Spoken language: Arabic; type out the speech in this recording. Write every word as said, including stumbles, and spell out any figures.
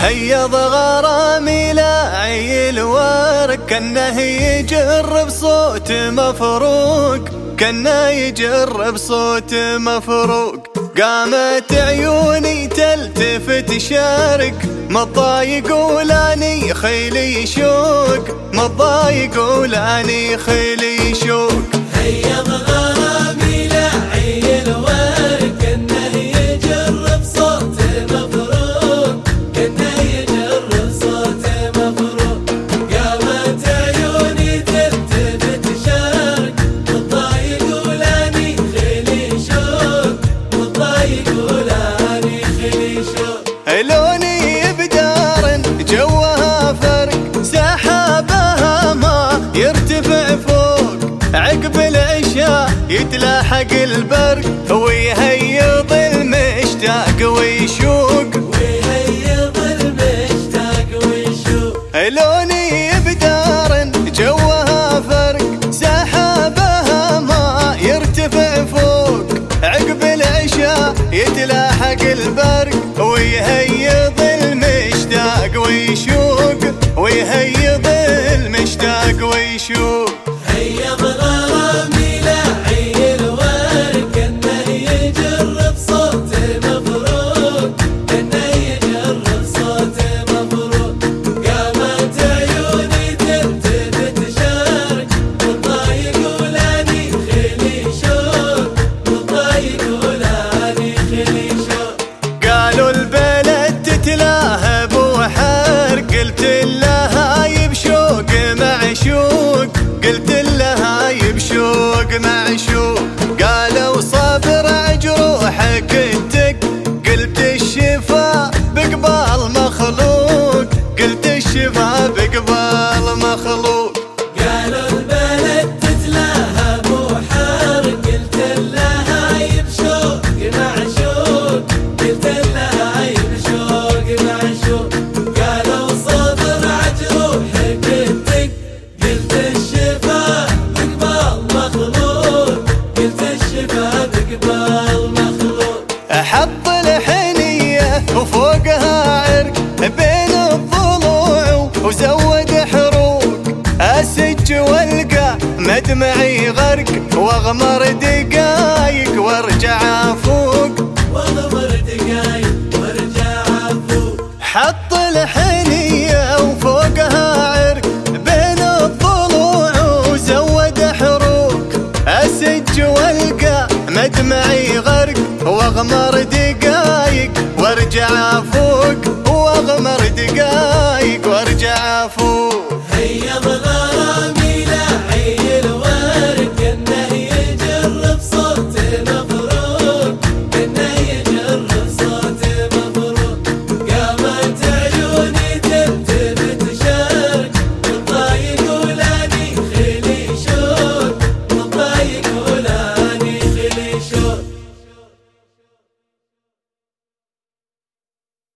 هيض غرامي لاعي الورق كأنه يجر بصوت مفروق، كأنه يجر بصوت مفروق. قامت عيوني تلتفت شارق، مضايق ولاني خيلي شوق، مضايق ولاني خيلي شوق. هيض غرامي لاعي الورق كأنه يجر بصوت مفروق، كأنه يجر بصوت مفروق. قامت عيوني تلتفت شارق، مضايق ولاني خيلي شوق، مضايق ولاني خيلي شوق. لوني بدار جوها فرق، سحابها ما يرتفع فوق، عقب العشاء يتلاحق البرق، ويهيض المشتاق ويشوق، ويهيض المشتاق ويشوق. لوني بدار جوها فرق، سحابها ما يرتفع فوق، عقب العشاء يتلاحق البرق، ويهيض المشتاق ويشوق، ويهيض المشتاق ويشوق. هيض غرامي لاعي الورق كأنه يجر بصوت مفروق، كأنه يجر بصوت مفروق. قامت عيوني تلتفت شارق، مضايق ولاني خيلي شوق، مضايق ولاني خيلي شوق. قالوا البلد تتلاهب وحرق، قلت لها يبشوق معشوق، قلت لها يبشوق معشوق. قالوا صبر جروحك التك، قلت الشفا بقبال مخلوق، قلت الشفا بقبال مخلوق. قالوا البلد تتلاهب وحارق، قلت لها يبشوق معشوق، قلت لها يبشوق معشوق. قالوا صبر عجروحك التك، قلت الشفا بقبال مخلوق، قلت الشفا بقبال مخلوق. حط الحنية وفوقها عرق بين الضلوع وزود حروق، أسج والقى مدمعي غرق، واغمر دقايق وارجع افوق، واغمر دقايق وارجع افوق. حط الحنية وفوقها عرق بين الضلوع وزود حروق، أسج والقى مدمعي غرق، واغمر دقايق وارجع افوق، واغمر دقايق وارجع افوق.